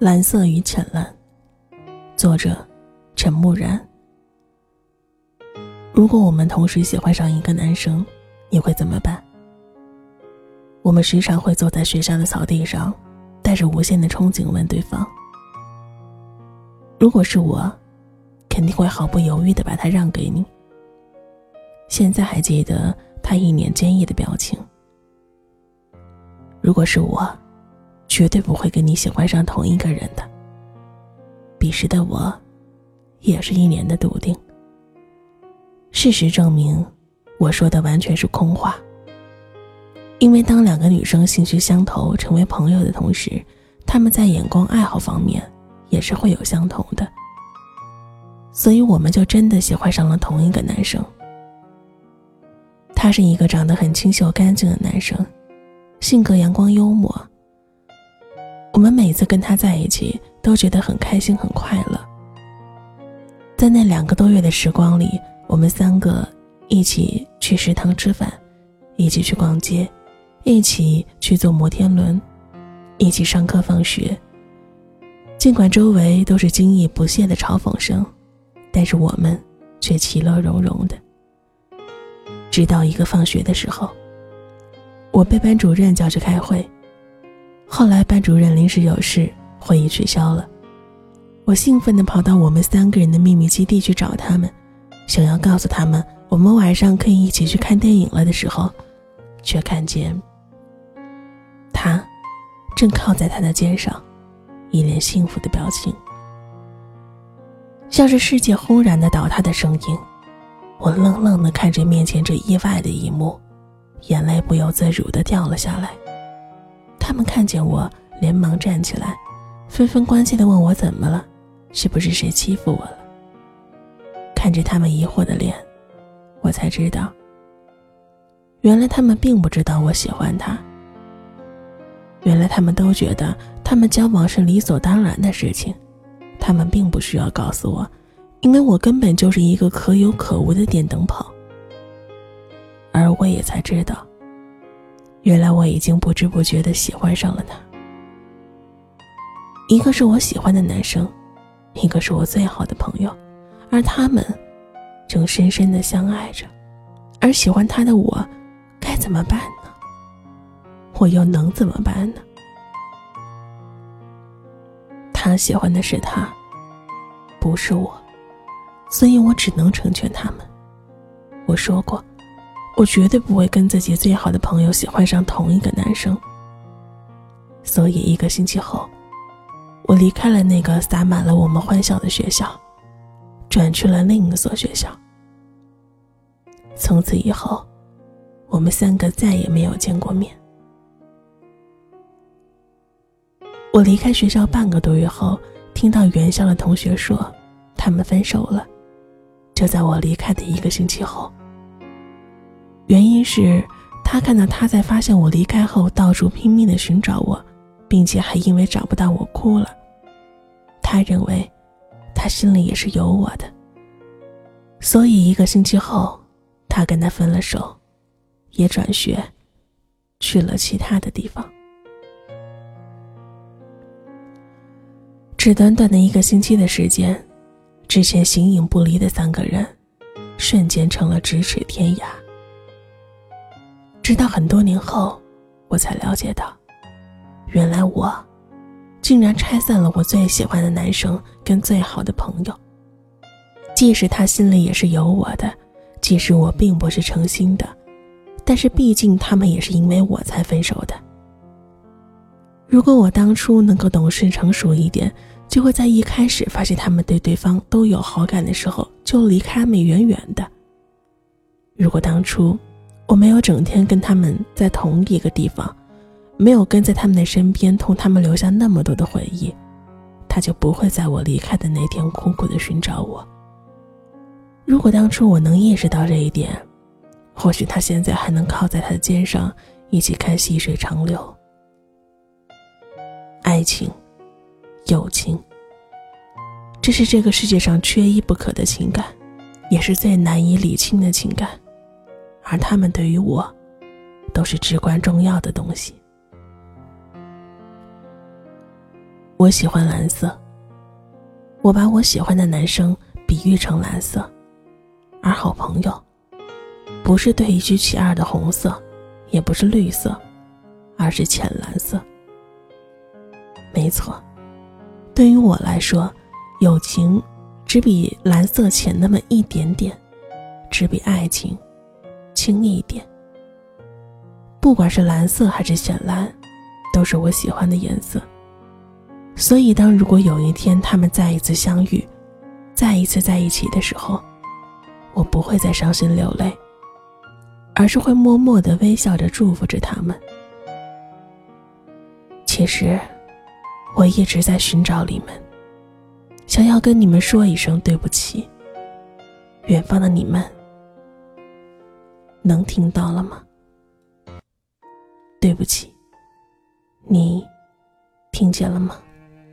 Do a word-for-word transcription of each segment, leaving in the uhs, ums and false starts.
蓝色与浅蓝，作者陈木然。如果我们同时喜欢上一个男生，你会怎么办？我们时常会坐在学校的草地上，带着无限的憧憬问对方，如果是我，肯定会毫不犹豫地把他让给你。现在还记得他一脸坚毅的表情。如果是我，绝对不会跟你喜欢上同一个人的。彼时的我也是一脸的笃定。事实证明，我说的完全是空话。因为当两个女生兴趣相投成为朋友的同时，她们在眼光爱好方面也是会有相同的，所以我们就真的喜欢上了同一个男生。他是一个长得很清秀干净的男生，性格阳光幽默。我们每次跟他在一起都觉得很开心很快乐。在那两个多月的时光里，我们三个一起去食堂吃饭，一起去逛街，一起去坐摩天轮，一起上课放学。尽管周围都是惊异不屑的嘲讽声，但是我们却其乐融融的。直到一个放学的时候，我被班主任叫去开会，后来班主任临时有事，会议取消了。我兴奋地跑到我们三个人的秘密基地去找他们，想要告诉他们我们晚上可以一起去看电影了的时候，却看见他正靠在他的肩上，一脸幸福的表情，像是世界轰然的倒塌的声音。我愣愣地看着面前这意外的一幕，眼泪不由自主地掉了下来。他们看见我连忙站起来，纷纷关切地问我怎么了，是不是谁欺负我了。看着他们疑惑的脸，我才知道，原来他们并不知道我喜欢他。原来他们都觉得他们交往是理所当然的事情，他们并不需要告诉我，因为我根本就是一个可有可无的电灯泡。而我也才知道，原来我已经不知不觉地喜欢上了他。一个是我喜欢的男生，一个是我最好的朋友，而他们正深深地相爱着。而喜欢他的我该怎么办呢？我又能怎么办呢？他喜欢的是他，不是我，所以我只能成全他们。我说过，我绝对不会跟自己最好的朋友喜欢上同一个男生。所以一个星期后，我离开了那个洒满了我们欢笑的学校，转去了另一所学校。从此以后，我们三个再也没有见过面。我离开学校半个多月后，听到原校的同学说他们分手了，就在我离开的一个星期后。原因是他看到他在发现我离开后到处拼命地寻找我，并且还因为找不到我哭了。他认为他心里也是有我的，所以一个星期后他跟他分了手，也转学去了其他的地方。只短短的一个星期的时间，之前形影不离的三个人瞬间成了咫尺天涯。直到很多年后，我才了解到，原来我竟然拆散了我最喜欢的男生跟最好的朋友。即使他心里也是有我的，即使我并不是诚心的，但是毕竟他们也是因为我才分手的。如果我当初能够懂事成熟一点，就会在一开始发现他们对对方都有好感的时候就离开他们远远的。如果当初我没有整天跟他们在同一个地方，没有跟在他们的身边同他们留下那么多的回忆，他就不会在我离开的那天苦苦地寻找我。如果当初我能意识到这一点，或许他现在还能靠在他的肩上一起看细水长流。爱情，友情，这是这个世界上缺一不可的情感，也是最难以理清的情感，而他们对于我都是至关重要的东西。 我喜欢蓝色，我把我喜欢的男生比喻成蓝色，而好朋友不是对一句其二的红色，也不是绿色，而是浅蓝色。没错，对于我来说，友情只比蓝色浅那么一点点，只比爱情轻一点。不管是蓝色还是浅蓝，都是我喜欢的颜色。所以当如果有一天他们再一次相遇，再一次在一起的时候，我不会再伤心流泪，而是会默默地微笑着祝福着他们。其实我一直在寻找你们，想要跟你们说一声对不起。远方的你们能听到了吗？对不起，你听见了吗？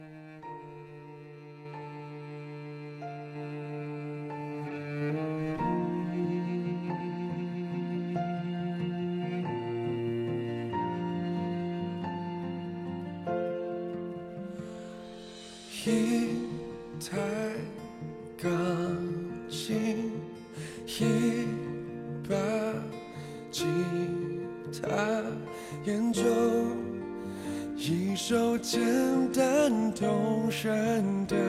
一台钢琴，一把吉他，演奏一首简单动人的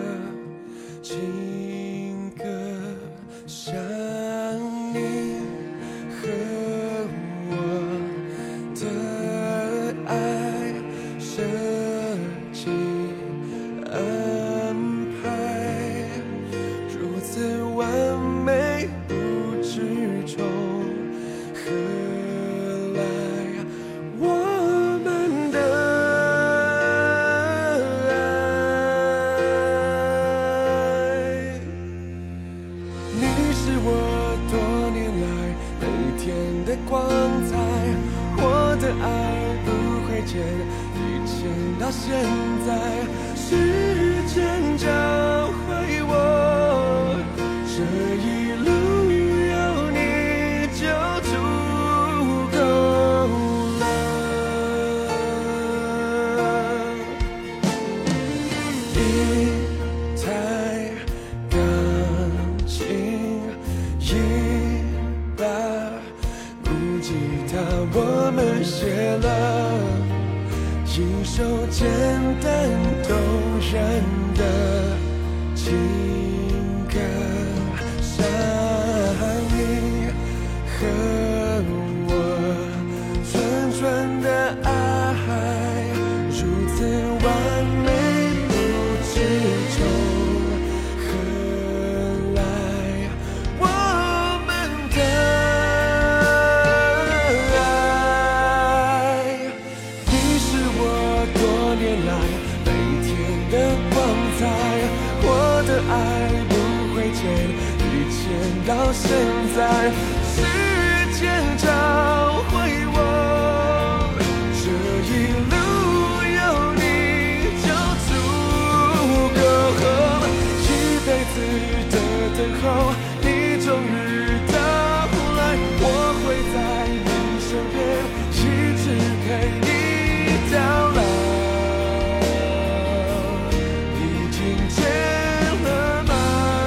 情歌，想你和我的爱设计安排，如此完美不知从何来，我们的爱。你是我多年来每天的光彩，我的爱不会减，一直到现在，时间教会我，这一路有你就足够了。一台钢琴，一把木吉他，我们写了一首简单动人的情歌，想你和我纯纯的爱，如此完美不知从何来，我们的爱。你是我多年来每天的光彩，我的爱不会减，一直到现在，时间教会我，这一路有你就足够了，一辈子的等候，你终于到来，我会在你身边，一直陪你到老。你听见了吗？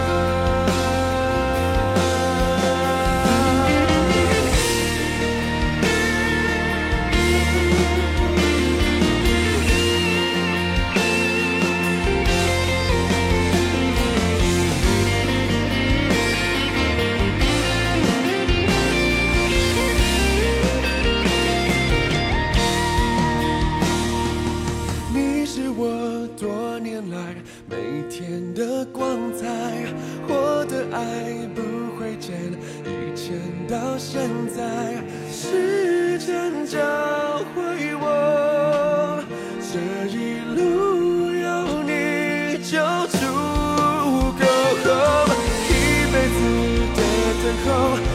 你是我多年来每天的光彩，我的爱不会减，一直到现在，时间教会我，这一路有你就足够了，一辈子的等候。